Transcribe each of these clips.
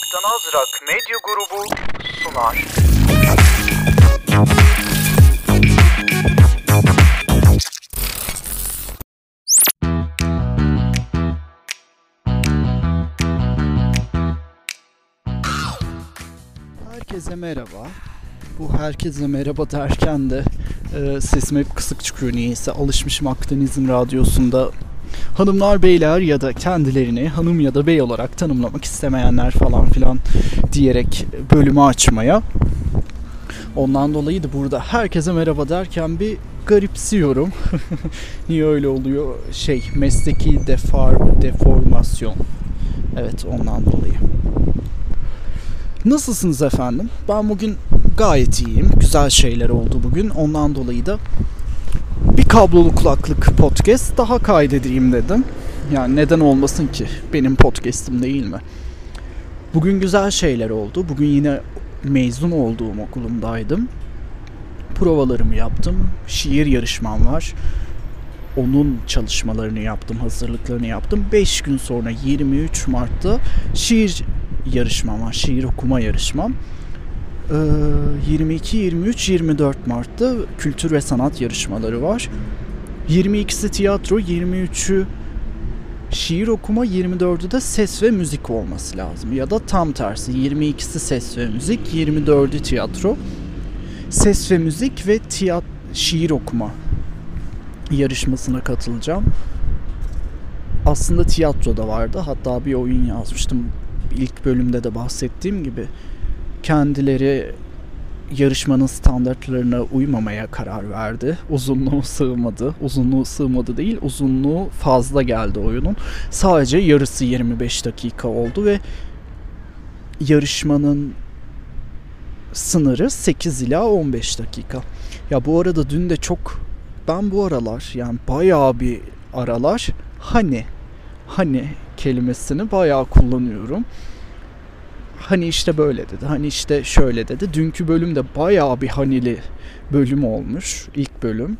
Aktan Azrak Medya Grubu sunar. Herkese merhaba. Bu herkese merhaba derken de sesim hep kısık çıkıyor niyeyse. Alışmışım Akdeniz'in radyosunda hanımlar beyler ya da kendilerini hanım ya da bey olarak tanımlamak istemeyenler falan filan diyerek bölümü açmaya. Ondan dolayı da burada herkese merhaba derken bir garipsiyorum. Niye öyle oluyor? Mesleki deformasyon. Evet, ondan dolayı. Nasılsınız efendim? Ben bugün gayet iyiyim. Güzel şeyler oldu bugün. Ondan dolayı da bir kablolu kulaklık podcast daha kaydedeyim dedim. Yani neden olmasın ki? Benim podcast'im değil mi? Bugün güzel şeyler oldu. Bugün yine mezun olduğum okulumdaydım. Provalarımı yaptım. Şiir yarışmam var. Onun çalışmalarını yaptım, hazırlıklarını yaptım. 5 gün sonra 23 Mart'ta şiir yarışmam var. Şiir okuma yarışmam. 22, 23, 24 Mart'ta kültür ve sanat yarışmaları var. 22'si tiyatro, 23'ü şiir okuma, 24'ü de ses ve müzik olması lazım. Ya da tam tersi. 22'si ses ve müzik, 24'ü tiyatro. Ses ve müzik ve şiir okuma yarışmasına katılacağım. Aslında tiyatro da vardı. Hatta bir oyun yazmıştım. İlk bölümde de bahsettiğim gibi kendileri yarışmanın standartlarına uymamaya karar verdi. Uzunluğu sığmadı değil, uzunluğu fazla geldi oyunun. Sadece yarısı 25 dakika oldu ve yarışmanın sınırı 8 ila 15 dakika. Ya bu arada dün de ben bu aralar yani bayağı bir aralar hani kelimesini bayağı kullanıyorum. Hani işte böyle dedi, hani işte şöyle dedi. Dünkü bölüm de bayağı bir hanili bölüm olmuş, ilk bölüm.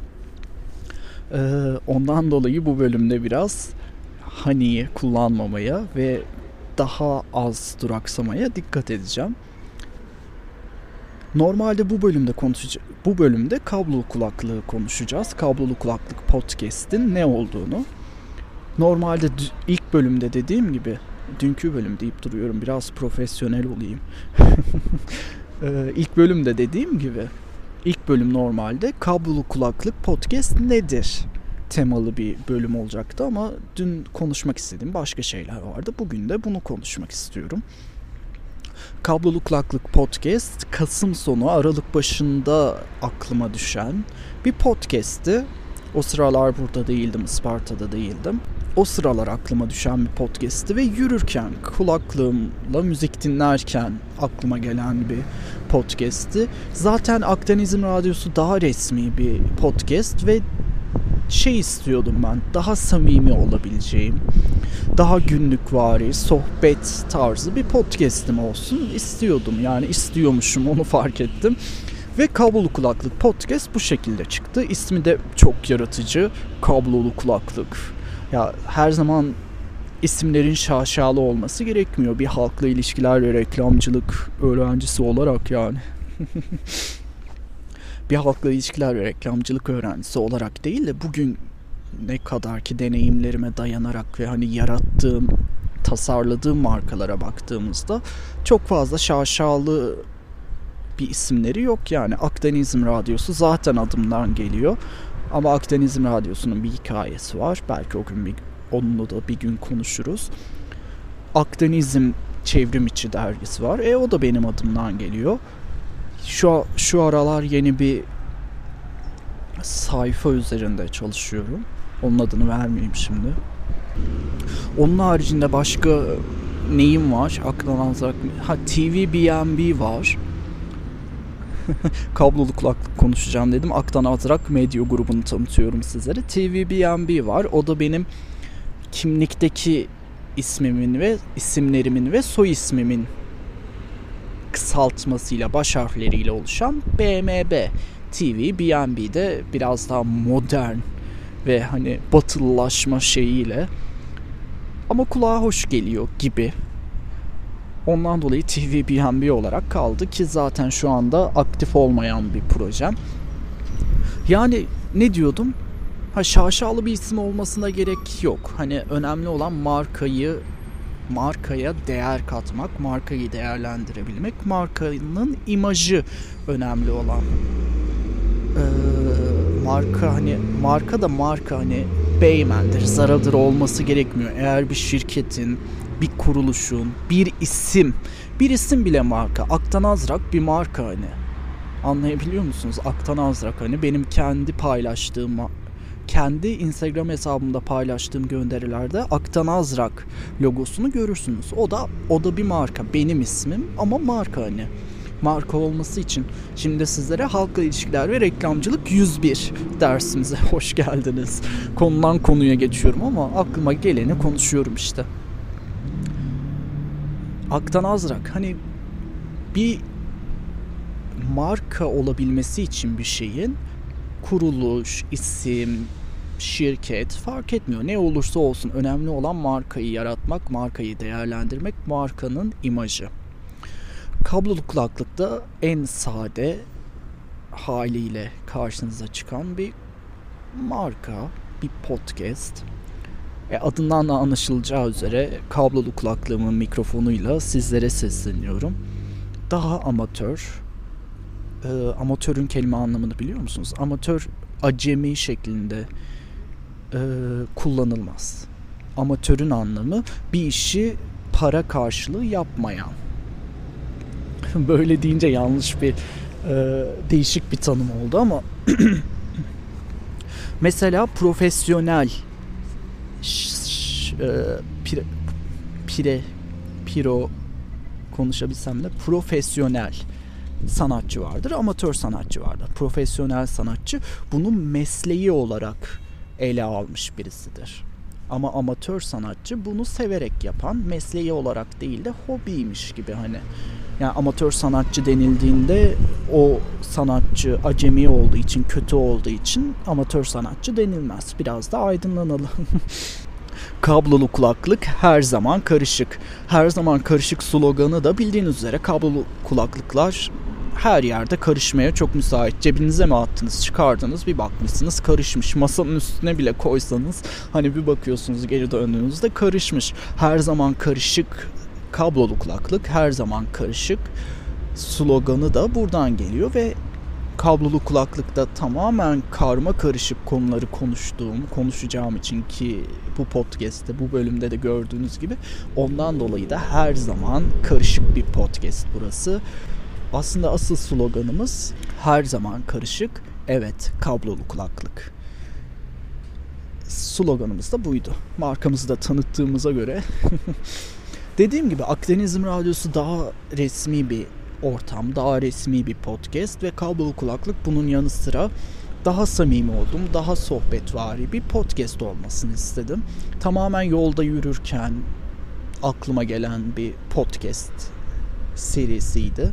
Ondan dolayı bu bölümde biraz haniyi kullanmamaya ve daha az duraksamaya dikkat edeceğim. Normalde bu bölümde kablolu kulaklığı konuşacağız. Kablolu kulaklık podcast'in ne olduğunu. Normalde ilk bölümde dediğim gibi, dünkü bölüm deyip duruyorum, biraz profesyonel olayım. İlk bölümde dediğim gibi, ilk bölüm normalde kablolu kulaklık podcast nedir temalı bir bölüm olacaktı ama dün konuşmak istediğim başka şeyler vardı. Bugün de bunu konuşmak istiyorum. Kablolu kulaklık podcast Kasım sonu Aralık başında aklıma düşen bir podcast'ti. O sıralar burada değildim, Isparta'da değildim. O sıralar aklıma düşen bir podcast'ti ve yürürken, kulaklığımla müzik dinlerken aklıma gelen bir podcast'ti. Zaten Akdeniz'in radyosu daha resmi bir podcast ve istiyordum ben, daha samimi olabileceğim, daha günlükvari, sohbet tarzı bir podcast'im olsun istiyordum. Yani istiyormuşum, onu fark ettim. Ve kablolu kulaklık podcast bu şekilde çıktı. İsmi de çok yaratıcı, kablolu kulaklık. Ya her zaman isimlerin şaşalı olması gerekmiyor. Bir halkla ilişkiler ve reklamcılık öğrencisi olarak yani. Bir halkla ilişkiler ve reklamcılık öğrencisi olarak değil de bugün ne kadar ki deneyimlerime dayanarak ve tasarladığım markalara baktığımızda çok fazla şaşalı bir isimleri yok yani. Akdeniz'in radyosu zaten adımdan geliyor. Ama Akdeniz'in radyosunun bir hikayesi var. Belki onunla da bir gün konuşuruz. Akdeniz'in çevrim içi dergisi var. O da benim adımdan geliyor. Şu aralar yeni bir sayfa üzerinde çalışıyorum. Onun adını vermeyeyim şimdi. Onun haricinde başka neyim var? Aklan Azrak. TVBNB var. Kablolu kulaklık konuşacağım dedim. Aktan Azrak Medya grubunu tanıtıyorum sizlere. TVBNB var. O da benim kimlikteki ismimin ve isimlerimin ve soy ismimin kısaltmasıyla, baş harfleriyle oluşan BMB. TVBNB'de biraz daha modern ve batılılaşma şeyiyle ama kulağa hoş geliyor gibi Ondan dolayı TVBNB olarak kaldı ki zaten şu anda aktif olmayan bir projem. Yani ne diyordum? Şaşalı bir isim olmasına gerek yok. Hani önemli olan markaya değer katmak, markayı değerlendirebilmek, markanın imajı önemli olan. Marka da hani Beymen'dir, Zara'dır olması gerekmiyor. Eğer bir şirketin, bir kuruluşun, bir isim bile marka. Aktan Azrak bir marka hani. Anlayabiliyor musunuz? Aktan Azrak hani benim kendi Instagram hesabımda paylaştığım gönderilerde Aktan Azrak logosunu görürsünüz. O da bir marka. Benim ismim ama marka hani. Marka olması için şimdi sizlere halkla ilişkiler ve reklamcılık 101 dersimize hoş geldiniz. Konudan konuya geçiyorum ama aklıma geleni konuşuyorum işte. Aktan Azrak hani bir marka olabilmesi için bir şeyin kuruluş, isim, şirket fark etmiyor. Ne olursa olsun önemli olan markayı yaratmak, markayı değerlendirmek, markanın imajı. Kablolu kulaklıkta en sade haliyle karşınıza çıkan bir marka, bir podcast. Adından da anlaşılacağı üzere kablolu kulaklığımın mikrofonuyla sizlere sesleniyorum. Daha amatör. Amatörün kelime anlamını biliyor musunuz? Amatör acemi şeklinde kullanılmaz. Amatörün anlamı bir işi para karşılığı yapmayan. Böyle deyince yanlış bir değişik bir tanım oldu ama mesela profesyonel konuşabilsem de profesyonel sanatçı vardır, amatör sanatçı vardır. Profesyonel sanatçı bunu mesleği olarak ele almış birisidir. Ama amatör sanatçı bunu severek yapan, mesleği olarak değil de hobiymiş gibi hani. Yani amatör sanatçı denildiğinde o sanatçı acemi olduğu için, kötü olduğu için amatör sanatçı denilmez. Biraz da aydınlanalım. Kablolu kulaklık her zaman karışık. Her zaman karışık sloganı da bildiğiniz üzere kablolu kulaklıklar her yerde karışmaya çok müsait. Cebinize mi attınız, çıkardınız, bir bakmışsınız karışmış. Masanın üstüne bile koysanız hani bir bakıyorsunuz geri döndüğünüzde karışmış. Her zaman karışık kablolu kulaklık, her zaman karışık sloganı da buradan geliyor ve kablolu kulaklıkta tamamen karma karışık konuları konuşacağım için ki bu podcast'te, bu bölümde de gördüğünüz gibi ondan dolayı da her zaman karışık bir podcast burası. Aslında asıl sloganımız her zaman karışık, evet kablolu kulaklık. Sloganımız da buydu. Markamızı da tanıttığımıza göre. Dediğim gibi Akdeniz'in radyosu daha resmi bir ortam, daha resmi bir podcast ve kablolu kulaklık bunun yanı sıra daha samimi olduğum, daha sohbetvari bir podcast olmasını istedim. Tamamen yolda yürürken aklıma gelen bir podcast serisiydi.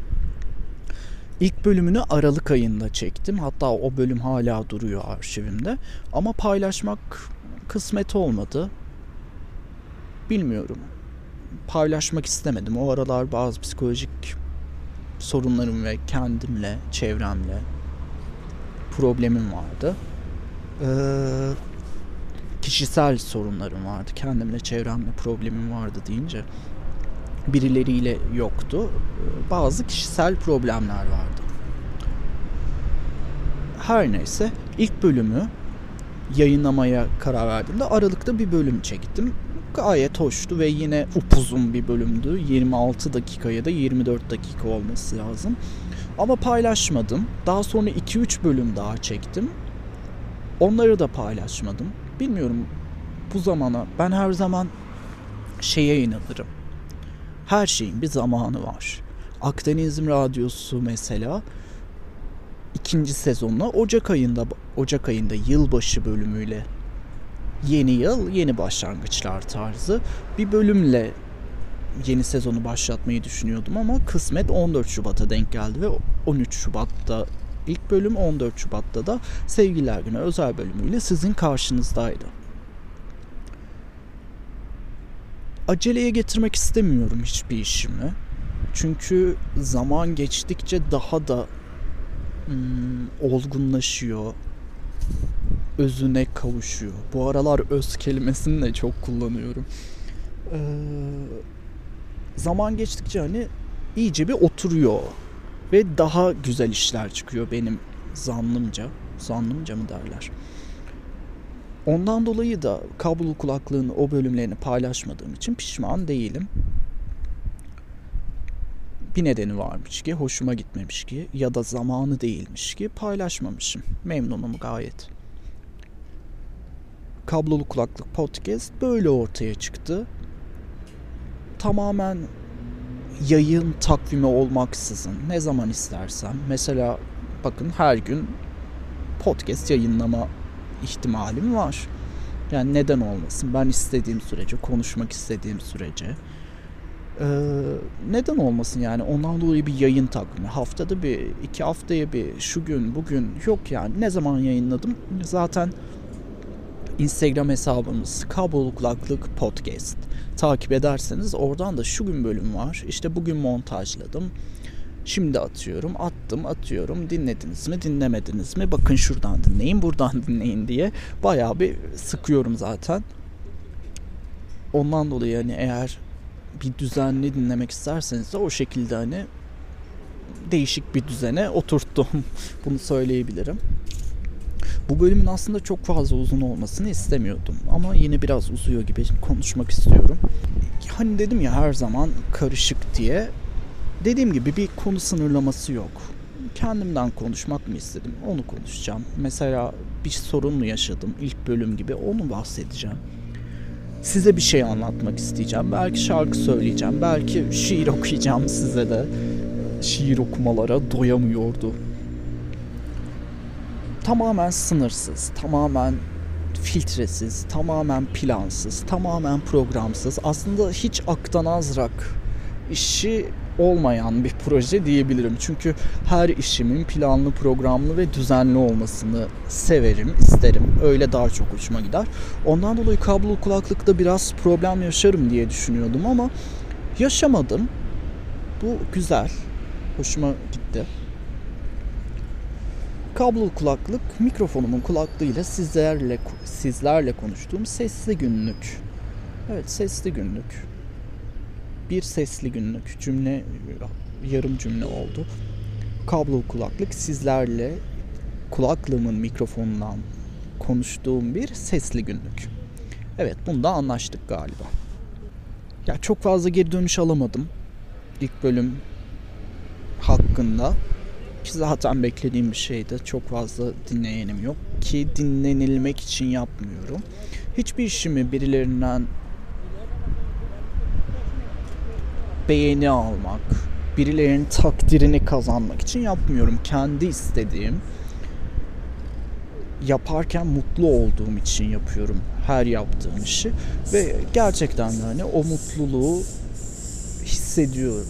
İlk bölümünü Aralık ayında çektim. Hatta o bölüm hala duruyor arşivimde. Ama paylaşmak kısmet olmadı. Bilmiyorum. Paylaşmak istemedim. O aralar bazı psikolojik sorunlarım ve kendimle, çevremle problemim vardı. Kişisel sorunlarım vardı. Kendimle, çevremle problemim vardı deyince birileriyle yoktu. Bazı kişisel problemler vardı. Her neyse ilk bölümü yayınlamaya karar verdiğimde Aralık'ta bir bölüm çektim. Gayet hoştu ve yine upuzun bir bölümdü. 26 dakika ya da 24 dakika olması lazım. Ama paylaşmadım. Daha sonra 2-3 bölüm daha çektim. Onları da paylaşmadım. Bilmiyorum, bu zamana ben her zaman şeye inanırım. Her şeyin bir zamanı var. Akdeniz'in radyosu mesela 2. sezonuna Ocak ayında yılbaşı bölümüyle yeni yıl, yeni başlangıçlar tarzı bir bölümle yeni sezonu başlatmayı düşünüyordum ama kısmet 14 Şubat'a denk geldi ve 13 Şubat'ta ilk bölüm, 14 Şubat'ta da Sevgililer Günü özel bölümüyle sizin karşınızdaydı. aceleye getirmek istemiyorum hiçbir işimi. Çünkü zaman geçtikçe daha da olgunlaşıyor, özüne kavuşuyor. Bu aralar öz kelimesini de çok kullanıyorum. Zaman geçtikçe hani iyice bir oturuyor ve daha güzel işler çıkıyor benim zannımca. Zannımca mı derler? Ondan dolayı da kablolu kulaklığın o bölümlerini paylaşmadığım için pişman değilim. Bir nedeni varmış ki, hoşuma gitmemiş ki ya da zamanı değilmiş ki paylaşmamışım. Memnunum gayet. Kablolu kulaklık podcast böyle ortaya çıktı. Tamamen yayın takvimi olmaksızın ne zaman istersem, mesela bakın her gün podcast yayınlama ihtimalim var. Yani neden olmasın? Ben istediğim sürece, konuşmak istediğim sürece neden olmasın yani? Ondan dolayı bir yayın takvimi. Haftada bir, 2 haftaya bir, şu gün, bugün yok yani. Ne zaman yayınladım? Zaten Instagram hesabımız Kablolu Kulaklık Podcast. Takip ederseniz oradan da şu gün bölüm var. İşte bugün montajladım. Şimdi atıyorum, atıyorum. Dinlediniz mi, dinlemediniz mi? Bakın şuradan dinleyin, buradan dinleyin diye bayağı bir sıkıyorum zaten. Ondan dolayı hani eğer bir düzenli dinlemek isterseniz de o şekilde hani değişik bir düzene oturttum. Bunu söyleyebilirim. Bu bölümün aslında çok fazla uzun olmasını istemiyordum. Ama yine biraz uzuyor gibi konuşmak istiyorum. Hani dedim ya her zaman karışık diye. Dediğim gibi bir konu sınırlaması yok. Kendimden konuşmak mı istedim? Onu konuşacağım. Mesela bir sorun mu yaşadım? İlk bölüm gibi onu bahsedeceğim. Size bir şey anlatmak isteyeceğim. Belki şarkı söyleyeceğim. Belki şiir okuyacağım size de. Şiir okumalara doyamıyordu. Tamamen sınırsız, tamamen filtresiz, tamamen plansız, tamamen programsız. Aslında hiç aktan azrak işi olmayan bir proje diyebilirim. Çünkü her işimin planlı, programlı ve düzenli olmasını severim, isterim. Öyle daha çok hoşuma gider. Ondan dolayı kablolu kulaklıkta biraz problem yaşarım diye düşünüyordum ama yaşamadım. Bu güzel. Hoşuma gitti. Kablolu kulaklık, mikrofonumun kulaklığıyla sizlerle konuştuğum sesli günlük. Evet, sesli günlük. Bir sesli günlük. Cümle, yarım cümle oldu. Kablolu kulaklık, sizlerle kulaklığımın mikrofonundan konuştuğum bir sesli günlük. Evet, bunda anlaştık galiba. Ya çok fazla geri dönüş alamadım ilk bölüm hakkında. Ki zaten beklediğim bir şeydi. Çok fazla dinleyenim yok. Ki dinlenilmek için yapmıyorum. Hiçbir işimi birilerinden beğeni almak, birilerinin takdirini kazanmak için yapmıyorum. Kendi istediğim, yaparken mutlu olduğum için yapıyorum her yaptığım işi. Ve gerçekten de hani o mutluluğu hissediyorum.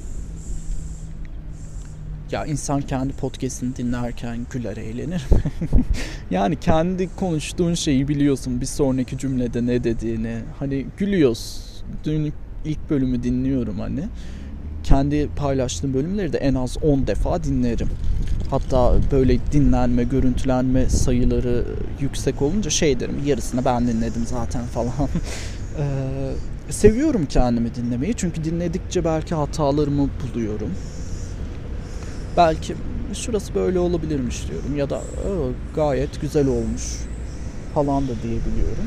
Ya insan kendi podcast'ini dinlerken güler, eğlenir mi? Yani kendi konuştuğun şeyi biliyorsun bir sonraki cümlede ne dediğini. Hani gülüyoruz. Dün ilk bölümü dinliyorum hani. Kendi paylaştığım bölümleri de en az 10 defa dinlerim. Hatta böyle dinlenme, görüntülenme sayıları yüksek olunca şey derim, yarısını ben dinledim zaten falan. Seviyorum kendimi dinlemeyi çünkü dinledikçe belki hatalarımı buluyorum. Belki şurası böyle olabilirmiş diyorum ya da gayet güzel olmuş falan da diyebiliyorum.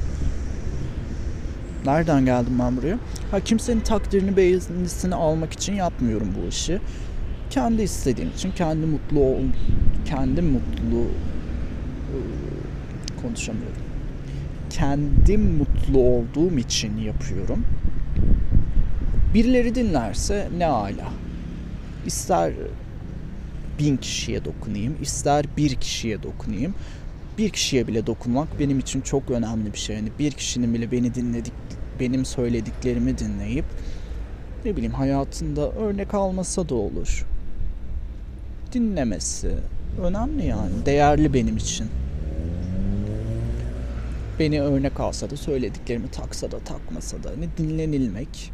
Nereden geldim ben buraya? Kimsenin takdirini, beğenisini almak için yapmıyorum bu işi. Kendi istediğim için, konuşamıyorum. Kendim mutlu olduğum için yapıyorum. Birileri dinlerse ne âlâ. İster 1000 kişiye dokunayım, ister bir kişiye dokunayım. Bir kişiye bile dokunmak benim için çok önemli bir şey. Yani bir kişinin bile benim söylediklerimi dinleyip ne bileyim hayatında örnek almasa da olur. Dinlemesi önemli yani, değerli benim için. beni örnek alsa da, söylediklerimi taksa da takmasa da hani dinlenilmek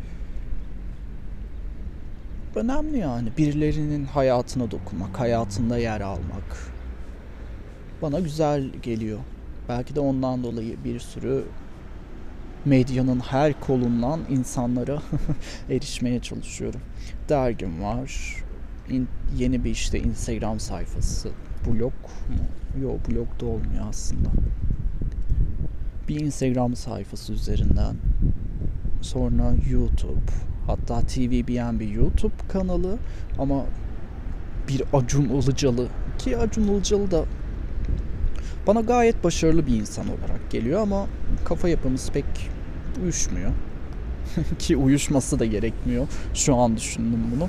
önemli yani. Birilerinin hayatına dokunmak, hayatında yer almak bana güzel geliyor. Belki de ondan dolayı bir sürü medyanın her kolundan insanlara erişmeye çalışıyorum. Dergim var. Yeni bir işte Instagram sayfası. Blog mu? Yok, blog da olmuyor aslında. Bir Instagram sayfası üzerinden. Sonra YouTube. Hatta TVBN bir YouTube kanalı. Ama bir Acun Ilıcalı. Ki Acun Ilıcalı da bana gayet başarılı bir insan olarak geliyor ama kafa yapımız pek uyuşmuyor. Ki uyuşması da gerekmiyor. Şu an düşündüm bunu.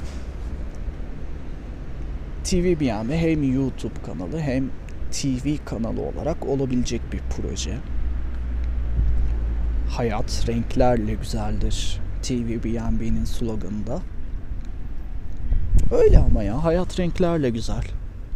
TVBN hem YouTube kanalı hem TV kanalı olarak olabilecek bir proje. Hayat renklerle güzeldir. TVBN'nin sloganında. Öyle ama ya, hayat renklerle güzel.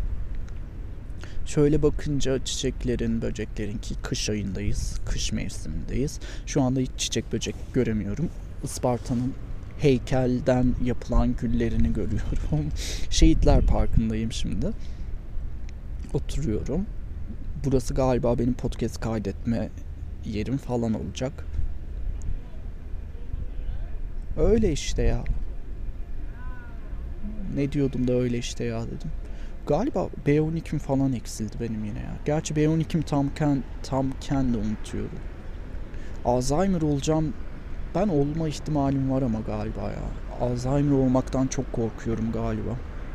Şöyle bakınca çiçeklerin, böceklerin, ki kış ayındayız, kış mevsimindeyiz. Şu anda hiç çiçek böcek göremiyorum. Isparta'nın heykelden yapılan güllerini görüyorum. Şehitler Parkı'ndayım şimdi. Oturuyorum. Burası galiba benim podcast kaydetme yerim falan olacak. Öyle işte ya. Ne diyordum da öyle işte ya dedim. Galiba B12'm falan eksildi benim yine ya. Gerçi B12'm tamken de unutuyorum. Alzheimer olacağım. Ben olma ihtimalim var ama galiba ya. Alzheimer olmaktan çok korkuyorum galiba.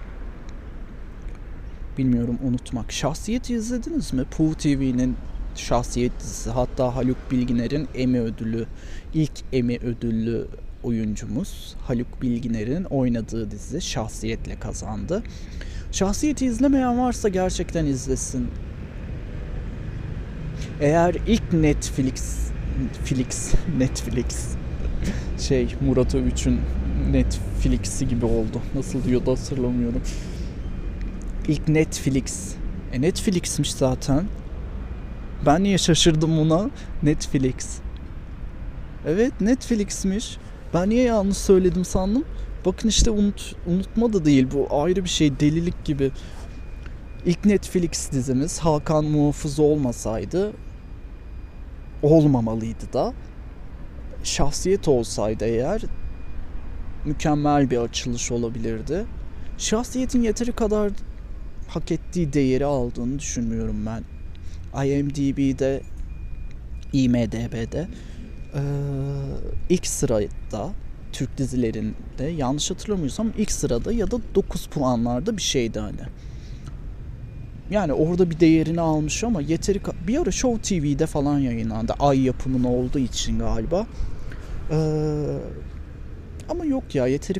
Bilmiyorum, unutmak. Şahsiyet'i izlediniz mi? Puh TV'nin Şahsiyet dizisi. Hatta Haluk Bilginer'in ilk Emmy ödüllü oyuncumuz Haluk Bilginer'in oynadığı dizi Şahsiyet'le kazandı. Şahsiyet'i izlemeyen varsa gerçekten izlesin. Eğer ilk Netflix Murat Övüç'ün Netflix'i gibi oldu. Nasıl diyordu hatırlamıyorum. İlk Netflix. Netflix'miş zaten. Ben niye şaşırdım buna? Netflix. Evet, Netflix'miş. Ben niye yanlış söyledim sandım. Bakın işte unutma da değil, bu ayrı bir şey, delilik gibi. İlk Netflix dizimiz Hakan Muhafız olmasaydı, olmamalıydı da. Şahsiyet olsaydı eğer mükemmel bir açılış olabilirdi. Şahsiyetin yeteri kadar hak ettiği değeri aldığını düşünmüyorum ben. IMDb'de, IMDb'de ilk sırada, Türk dizilerinde yanlış hatırlamıyorsam ilk sırada ya da 9 puanlarda bir şeydi hani. Yani orada bir değerini almış ama bir ara Show TV'de falan yayınlandı. Ay yapımının olduğu için galiba. Ama yok ya, yeteri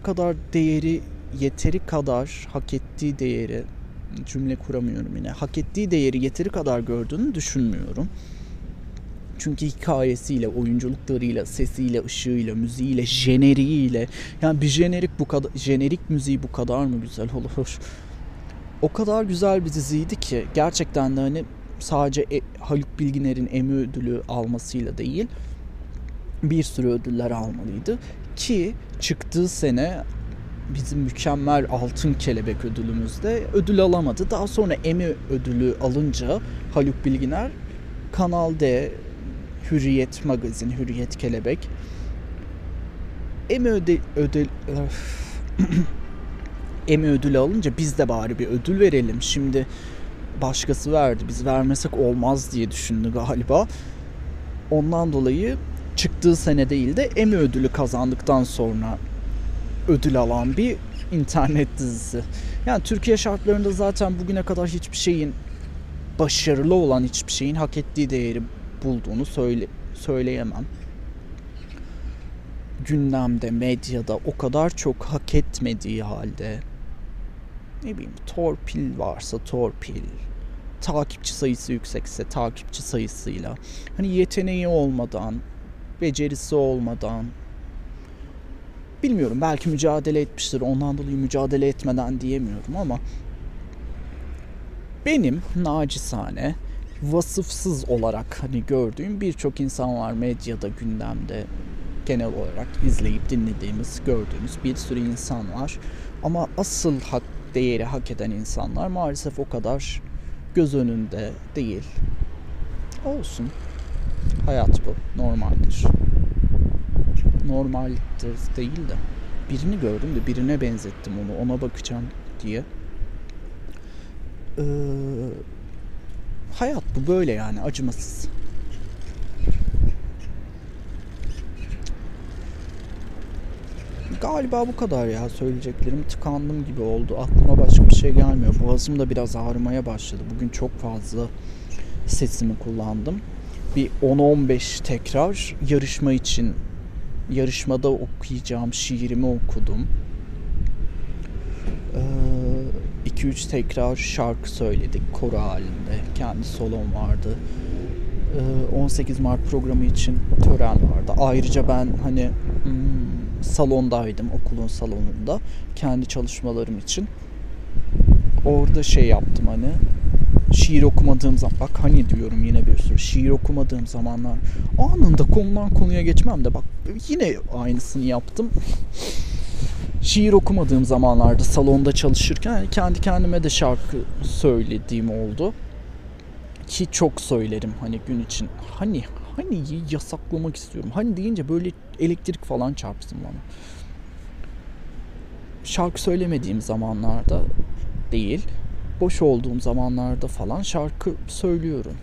kadar hak ettiği değeri, cümle kuramıyorum yine. Hak ettiği değeri yeteri kadar gördüğünü düşünmüyorum. Çünkü hikayesiyle, oyunculuklarıyla, sesiyle, ışığıyla, müziğiyle, jeneriğiyle, yani bir jenerik müziği bu kadar mı güzel olur? O kadar güzel bir diziydi ki gerçekten de hani sadece Haluk Bilginer'in Emmy ödülü almasıyla değil, bir sürü ödüller almalıydı ki çıktığı sene bizim mükemmel Altın Kelebek ödülümüzde ödül alamadı. Daha sonra Emmy ödülü alınca Haluk Bilginer, Kanal D, Hürriyet Magazin, Hürriyet Kelebek Emmy ödülü alınca biz de bari bir ödül verelim. Şimdi başkası verdi, biz vermesek olmaz diye düşündü galiba. Ondan dolayı çıktığı sene değil de Emmy ödülü kazandıktan sonra ödül alan bir internet dizisi. Yani Türkiye şartlarında zaten bugüne kadar hiçbir şeyin, başarılı olan hiçbir şeyin hak ettiği değeri bulduğunu söyleyemem. Gündemde, medyada o kadar çok hak etmediği halde, ne bileyim, torpil varsa torpil, takipçi sayısı yüksekse takipçi sayısıyla, hani yeteneği olmadan, becerisi olmadan, bilmiyorum, belki mücadele etmiştir, ondan dolayı mücadele etmeden diyemiyorum ama benim nacizane vasıfsız olarak hani gördüğüm birçok insan var medyada, gündemde, genel olarak izleyip dinlediğimiz, gördüğümüz bir sürü insan var. Ama asıl değeri hak eden insanlar maalesef o kadar göz önünde değil. Olsun. Hayat bu. Normaldir. Normaldir değil de. Birini gördüm de birine benzettim onu. Ona bakacağım diye. Hayat bu böyle yani. Acımasız. Galiba bu kadar ya söyleyeceklerim. Tıkandım gibi oldu. Aklıma başka bir şey gelmiyor. Boğazım da biraz ağrımaya başladı. Bugün çok fazla sesimi kullandım. Bir 10-15 tekrar yarışma için, yarışmada okuyacağım şiirimi okudum. 2-3 tekrar şarkı söyledik koro halinde. Kendi solom vardı. 18 Mart programı için tören vardı. Ayrıca ben hani salondaydım, okulun salonunda kendi çalışmalarım için. Orada şey yaptım hani, şiir okumadığım zaman, bak hani diyorum yine bir sürü şiir okumadığım zamanlar anında konudan konuya geçmem de bak yine aynısını yaptım. Şiir okumadığım zamanlarda salonda çalışırken kendi kendime de şarkı söylediğim oldu. Ki çok söylerim hani gün için. Hani yasaklamak istiyorum. Hani deyince böyle elektrik falan çarpsın bana. Şarkı söylemediğim zamanlarda değil, boş olduğum zamanlarda falan şarkı söylüyorum.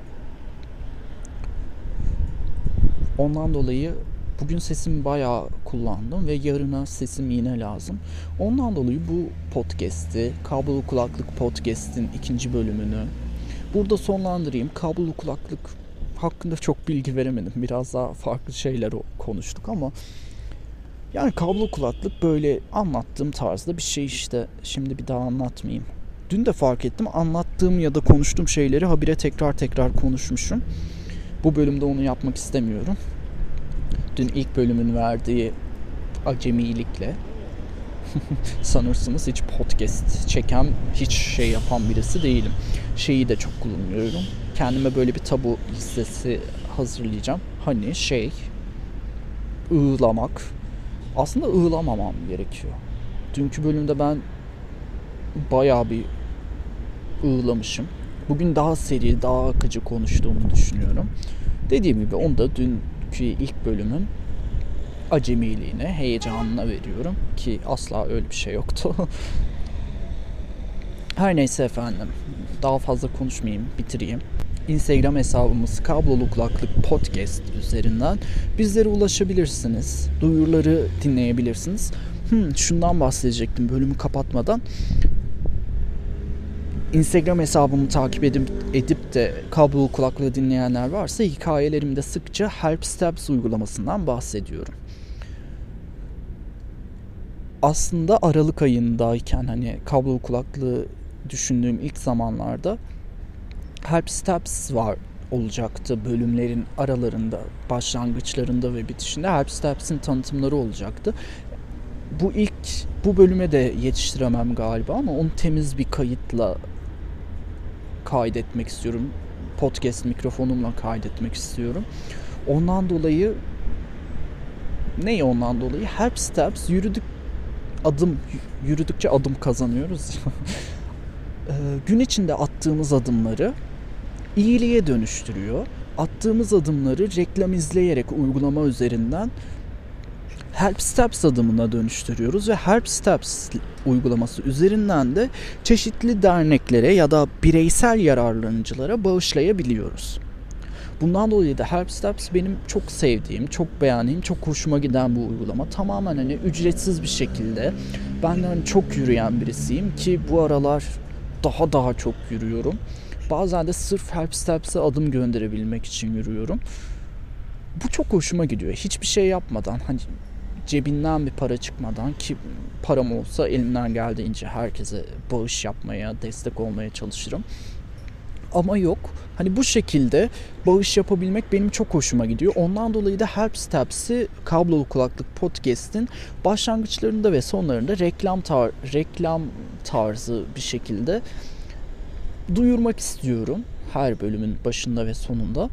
Ondan dolayı bugün sesimi bayağı kullandım ve yarına sesim yine lazım. Ondan dolayı bu podcast'i, Kablolu Kulaklık Podcast'in 2. bölümünü burada sonlandırayım. Kablolu kulaklık hakkında çok bilgi veremedim. Biraz daha farklı şeyler konuştuk ama yani kablolu kulaklık böyle anlattığım tarzda bir şey işte. Şimdi bir daha anlatmayayım. Dün de fark ettim, anlattığım ya da konuştuğum şeyleri habire tekrar konuşmuşum. Bu bölümde onu yapmak istemiyorum. Dün ilk bölümün verdiği acemilikle sanırsınız hiç podcast çeken, hiç şey yapan birisi değilim. Şeyi de çok kullanıyorum. Kendime böyle bir tabu listesi hazırlayacağım. Hani ığlamak. Aslında ığlamamam gerekiyor. Dünkü bölümde ben bayağı bir ığlamışım. Bugün daha seri, daha akıcı konuştuğumu düşünüyorum. Dediğim gibi onu da dünkü ilk bölümün acemiliğine, heyecanına veriyorum. Ki asla öyle bir şey yoktu. Her neyse efendim. Daha fazla konuşmayayım, bitireyim. Instagram hesabımız Kablolu Kulaklık Podcast üzerinden bizlere ulaşabilirsiniz. Duyuruları dinleyebilirsiniz. Şundan bahsedecektim bölümü kapatmadan. Instagram hesabımı takip edip de kablolu kulaklığı dinleyenler varsa hikayelerimde sıkça Help Steps uygulamasından bahsediyorum. Aslında Aralık ayındayken hani kablolu kulaklığı düşündüğüm ilk zamanlarda Help Steps olacaktı bölümlerin aralarında, başlangıçlarında ve bitişinde Help Steps'in tanıtımları olacaktı. Bu bölüme de yetiştiremem galiba ama onu temiz bir kayıtla kaydetmek istiyorum. Podcast mikrofonumla kaydetmek istiyorum. Ondan dolayı Help Steps yürüdükçe adım kazanıyoruz. Gün içinde attığımız adımları iyiliğe dönüştürüyor. Attığımız adımları reklam izleyerek uygulama üzerinden Help Steps adımına dönüştürüyoruz ve Help Steps uygulaması üzerinden de çeşitli derneklere ya da bireysel yararlanıcılara bağışlayabiliyoruz. Bundan dolayı da Help Steps benim çok sevdiğim, çok beğendiğim, çok hoşuma giden bu uygulama. Tamamen hani ücretsiz bir şekilde. Ben de hani çok yürüyen birisiyim ki bu aralar daha çok yürüyorum. Bazen de sırf Help Steps'e adım gönderebilmek için yürüyorum. Bu çok hoşuma gidiyor. Hiçbir şey yapmadan, hani cebinden bir para çıkmadan, ki param olsa elimden geldiğince herkese bağış yapmaya, destek olmaya çalışırım. Ama yok. Hani bu şekilde bağış yapabilmek benim çok hoşuma gidiyor. Ondan dolayı da Help Steps'i Kablolu Kulaklık Podcast'in başlangıçlarında ve sonlarında reklam tarzı bir şekilde duyurmak istiyorum. her bölümün başında ve sonunda.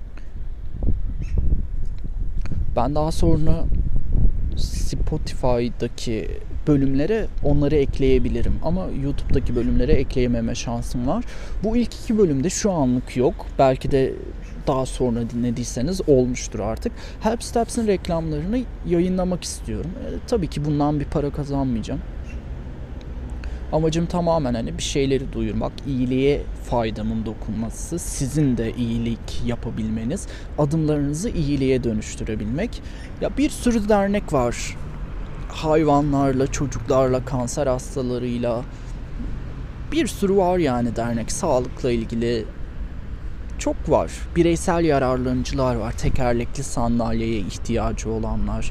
Ben daha sonra Spotify'daki bölümlere onları ekleyebilirim. Ama YouTube'daki bölümlere ekleyememe şansım var. Bu ilk 2 bölümde şu anlık yok. Belki de daha sonra dinlediyseniz olmuştur artık. Help Steps'in reklamlarını yayınlamak istiyorum. Tabii ki bundan bir para kazanmayacağım. Amacım tamamen hani bir şeyleri duyurmak, iyiliğe faydamın dokunması, sizin de iyilik yapabilmeniz, adımlarınızı iyiliğe dönüştürebilmek. Ya bir sürü dernek var. Hayvanlarla, çocuklarla, kanser hastalarıyla bir sürü var yani dernek. Sağlıkla ilgili çok var. Bireysel yararlanıcılar var. Tekerlekli sandalyeye ihtiyacı olanlar.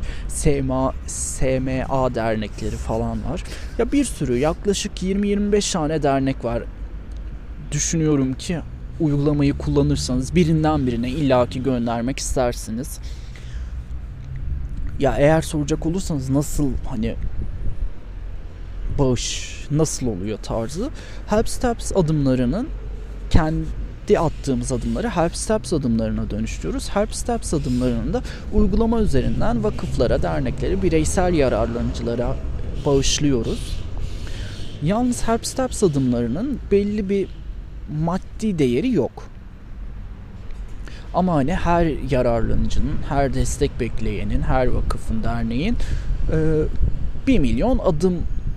SMA dernekleri falan var. Ya bir sürü, yaklaşık 20-25 tane dernek var. Düşünüyorum ki uygulamayı kullanırsanız birinden birine illaki göndermek istersiniz. Ya eğer soracak olursanız nasıl hani bağış nasıl oluyor tarzı, Help Steps adımlarının kendi attığımız adımları Help Steps adımlarına dönüştürüyoruz. Help Steps adımlarını da uygulama üzerinden vakıflara, derneklere, bireysel yararlanıcılara bağışlıyoruz. Yalnız Help Steps adımlarının belli bir maddi değeri yok. Ama hani her yararlanıcının, her destek bekleyenin, her vakıfın, derneğin 1 milyon adım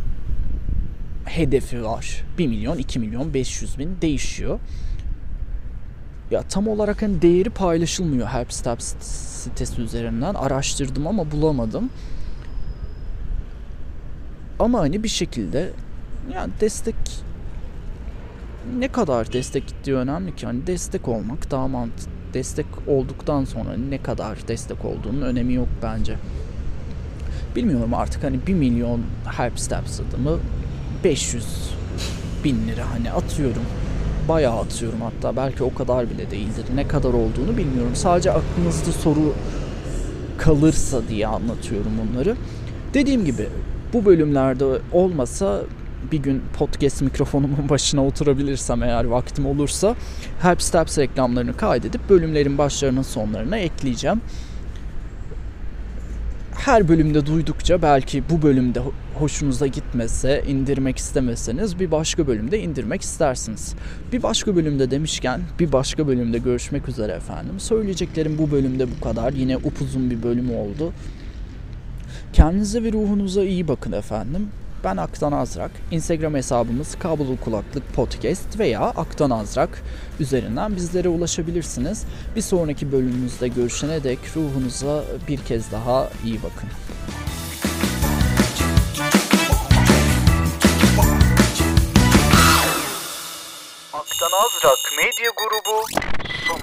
hedefi var. 1 milyon, 2 milyon, 500 bin değişiyor. Ya tam olarak hani değeri paylaşılmıyor Help Steps sitesi üzerinden. Araştırdım ama bulamadım. Ama hani bir şekilde yani destek, ne kadar destek gittiği önemli ki. Hani destek olmak daha mantıklı. Destek olduktan sonra ne kadar destek olduğunun önemi yok bence. Bilmiyorum artık hani 1 milyon Help Steps adımı 500 bin lira hani atıyorum. Bayağı atıyorum hatta. Belki o kadar bile değildir. Ne kadar olduğunu bilmiyorum. Sadece aklınızda soru kalırsa diye anlatıyorum bunları. Dediğim gibi bu bölümlerde olmasa bir gün podcast mikrofonumun başına oturabilirsem, eğer vaktim olursa, Help Steps reklamlarını kaydedip bölümlerin başlarının sonlarına ekleyeceğim. Her bölümde duydukça belki bu bölümde hoşunuza gitmese, indirmek istemeseniz bir başka bölümde indirmek istersiniz. Bir başka bölümde demişken bir başka bölümde görüşmek üzere efendim. Söyleyeceklerim bu bölümde bu kadar. Yine upuzun bir bölüm oldu. Kendinize ve ruhunuza iyi bakın efendim. Ben Aktan Azrak. Instagram hesabımız Kablolu Kulaklık Podcast veya Aktan Azrak üzerinden bizlere ulaşabilirsiniz. Bir sonraki bölümümüzde görüşene dek ruhunuza bir kez daha iyi bakın. Aktan Azrak Medya Grubu sunar.